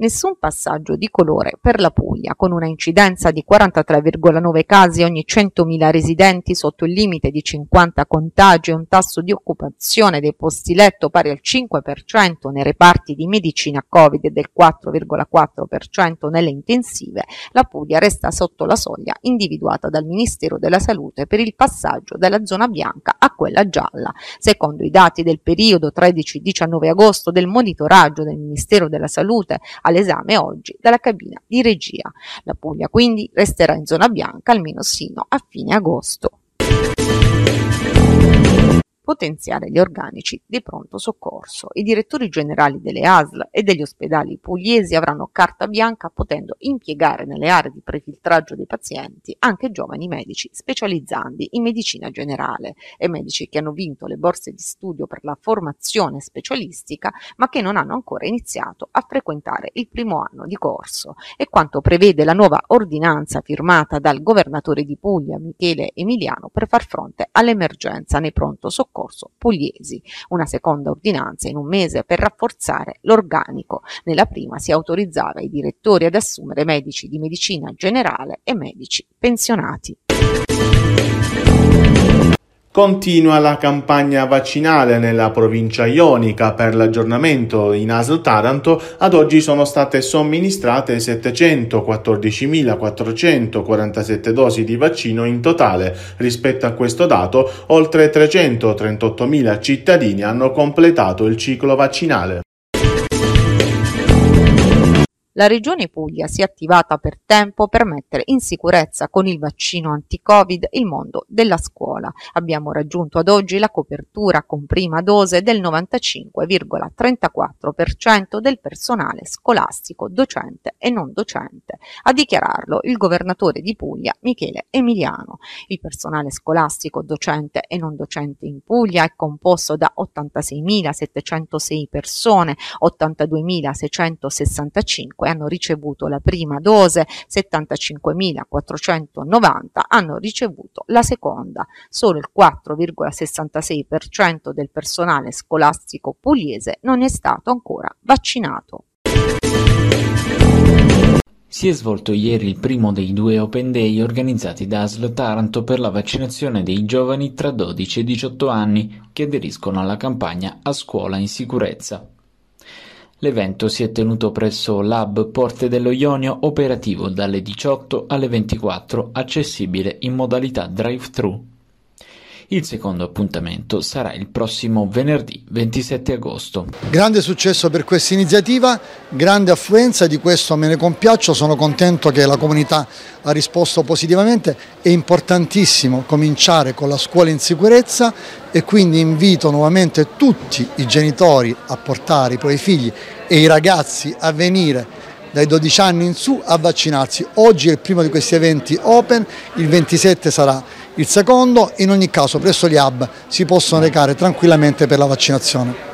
Nessun passaggio di colore per la Puglia, con una incidenza di 43,9 casi ogni 100.000 residenti sotto il limite di 50 contagi e un tasso di occupazione dei posti letto pari al 5% nei reparti di medicina Covid e del 4,4% nelle intensive, la Puglia resta sotto la soglia individuata dal Ministero della Salute per il passaggio dalla zona bianca a quella gialla, secondo i dati del periodo 13-19 agosto del monitoraggio del Ministero della Salute all'esame oggi dalla cabina di regia. La Puglia quindi resterà in zona bianca almeno sino a fine agosto. Potenziare gli organici di pronto soccorso. I direttori generali delle ASL e degli ospedali pugliesi avranno carta bianca potendo impiegare nelle aree di prefiltraggio dei pazienti anche giovani medici specializzandi in medicina generale e medici che hanno vinto le borse di studio per la formazione specialistica ma che non hanno ancora iniziato a frequentare il primo anno di corso. È quanto prevede la nuova ordinanza firmata dal governatore di Puglia Michele Emiliano per far fronte all'emergenza nei pronto soccorso pugliesi. Una seconda ordinanza in un mese per rafforzare l'organico. Nella prima si autorizzava i direttori ad assumere medici di medicina generale e medici pensionati. Continua la campagna vaccinale nella provincia ionica. Per l'aggiornamento in ASL Taranto ad oggi sono state somministrate 714.447 dosi di vaccino in totale. Rispetto a questo dato, oltre 338.000 cittadini hanno completato il ciclo vaccinale. La Regione Puglia si è attivata per tempo per mettere in sicurezza con il vaccino anti-Covid il mondo della scuola. Abbiamo raggiunto ad oggi la copertura con prima dose del 95,34% del personale scolastico, docente e non docente. A dichiararlo il governatore di Puglia Michele Emiliano. Il personale scolastico, docente e non docente in Puglia è composto da 86.706 persone, 82.665 hanno ricevuto la prima dose, 75.490 hanno ricevuto la seconda. Solo il 4,66% del personale scolastico pugliese non è stato ancora vaccinato. Si è svolto ieri il primo dei 2 Open Day organizzati da ASL Taranto per la vaccinazione dei giovani tra 12 e 18 anni che aderiscono alla campagna A Scuola in Sicurezza. L'evento si è tenuto presso l'Hub Porte dello Ionio, operativo dalle 18 alle 24, accessibile in modalità drive-thru. Il secondo appuntamento sarà il prossimo venerdì 27 agosto. Grande successo per questa iniziativa, grande affluenza, di questo me ne compiaccio, sono contento che la comunità ha risposto positivamente. È importantissimo cominciare con la scuola in sicurezza e quindi invito nuovamente tutti i genitori a portare i propri figli e i ragazzi a venire dai 12 anni in su a vaccinarsi. Oggi è il primo di questi eventi open, il 27 sarà il secondo, in ogni caso presso gli hub si possono recare tranquillamente per la vaccinazione.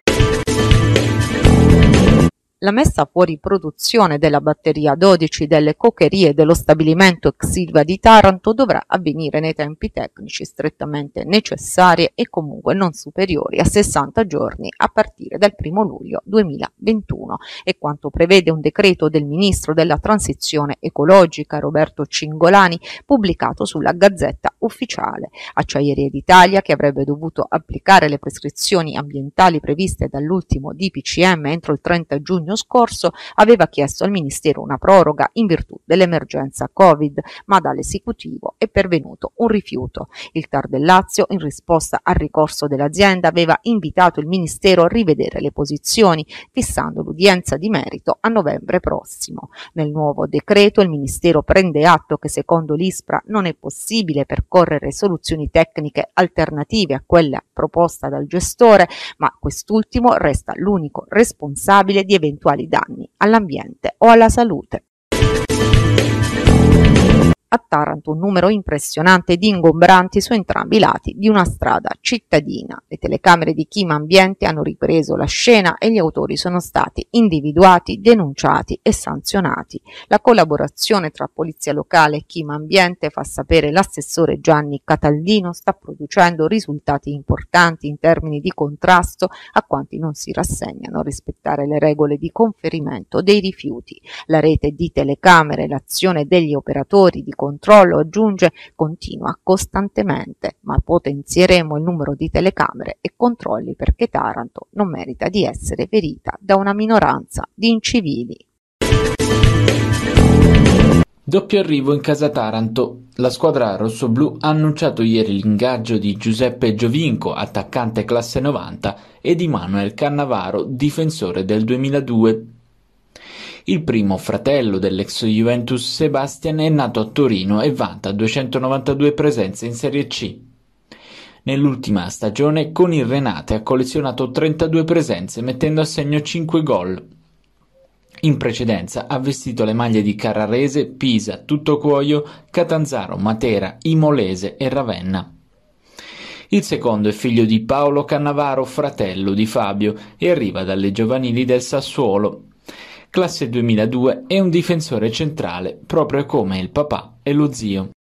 La messa fuori produzione della batteria 12 delle cokerie dello stabilimento ex Silva di Taranto dovrà avvenire nei tempi tecnici strettamente necessari e comunque non superiori a 60 giorni a partire dal 1 luglio 2021, è quanto prevede un decreto del Ministro della Transizione Ecologica Roberto Cingolani pubblicato sulla Gazzetta Ufficiale. Acciaierie d'Italia, che avrebbe dovuto applicare le prescrizioni ambientali previste dall'ultimo DPCM entro il 30 giugno scorso, aveva chiesto al Ministero una proroga in virtù dell'emergenza Covid, ma dall'esecutivo è pervenuto un rifiuto. Il TAR del Lazio, in risposta al ricorso dell'azienda, aveva invitato il Ministero a rivedere le posizioni, fissando l'udienza di merito a novembre prossimo. Nel nuovo decreto il Ministero prende atto che secondo l'ISPRA non è possibile percorrere soluzioni tecniche alternative a quella proposta dal gestore, ma quest'ultimo resta l'unico responsabile di eventuali danni all'ambiente o alla salute. a Taranto un numero impressionante di ingombranti su entrambi i lati di una strada cittadina. Le telecamere di Chima Ambiente hanno ripreso la scena e gli autori sono stati individuati, denunciati e sanzionati. La collaborazione tra Polizia Locale e Chima Ambiente, fa sapere l'assessore Gianni Cataldino, sta producendo risultati importanti in termini di contrasto a quanti non si rassegnano a rispettare le regole di conferimento dei rifiuti. La rete di telecamere e l'azione degli operatori di controllo, aggiunge, continua costantemente, ma potenzieremo il numero di telecamere e controlli perché Taranto non merita di essere ferita da una minoranza di incivili. Doppio arrivo in casa Taranto. La squadra rossoblù ha annunciato ieri l'ingaggio di Giuseppe Giovinco, attaccante classe 90, e di Manuel Cannavaro, difensore del 2002. Il primo fratello dell'ex Juventus Sebastian è nato a Torino e vanta 292 presenze in Serie C. Nell'ultima stagione con il Renate ha collezionato 32 presenze mettendo a segno 5 gol. In precedenza ha vestito le maglie di Carrarese, Pisa, Tuttocuoio, Catanzaro, Matera, Imolese e Ravenna. Il secondo è figlio di Paolo Cannavaro, fratello di Fabio, e arriva dalle giovanili del Sassuolo. Classe 2002, è un difensore centrale, proprio come il papà e lo zio.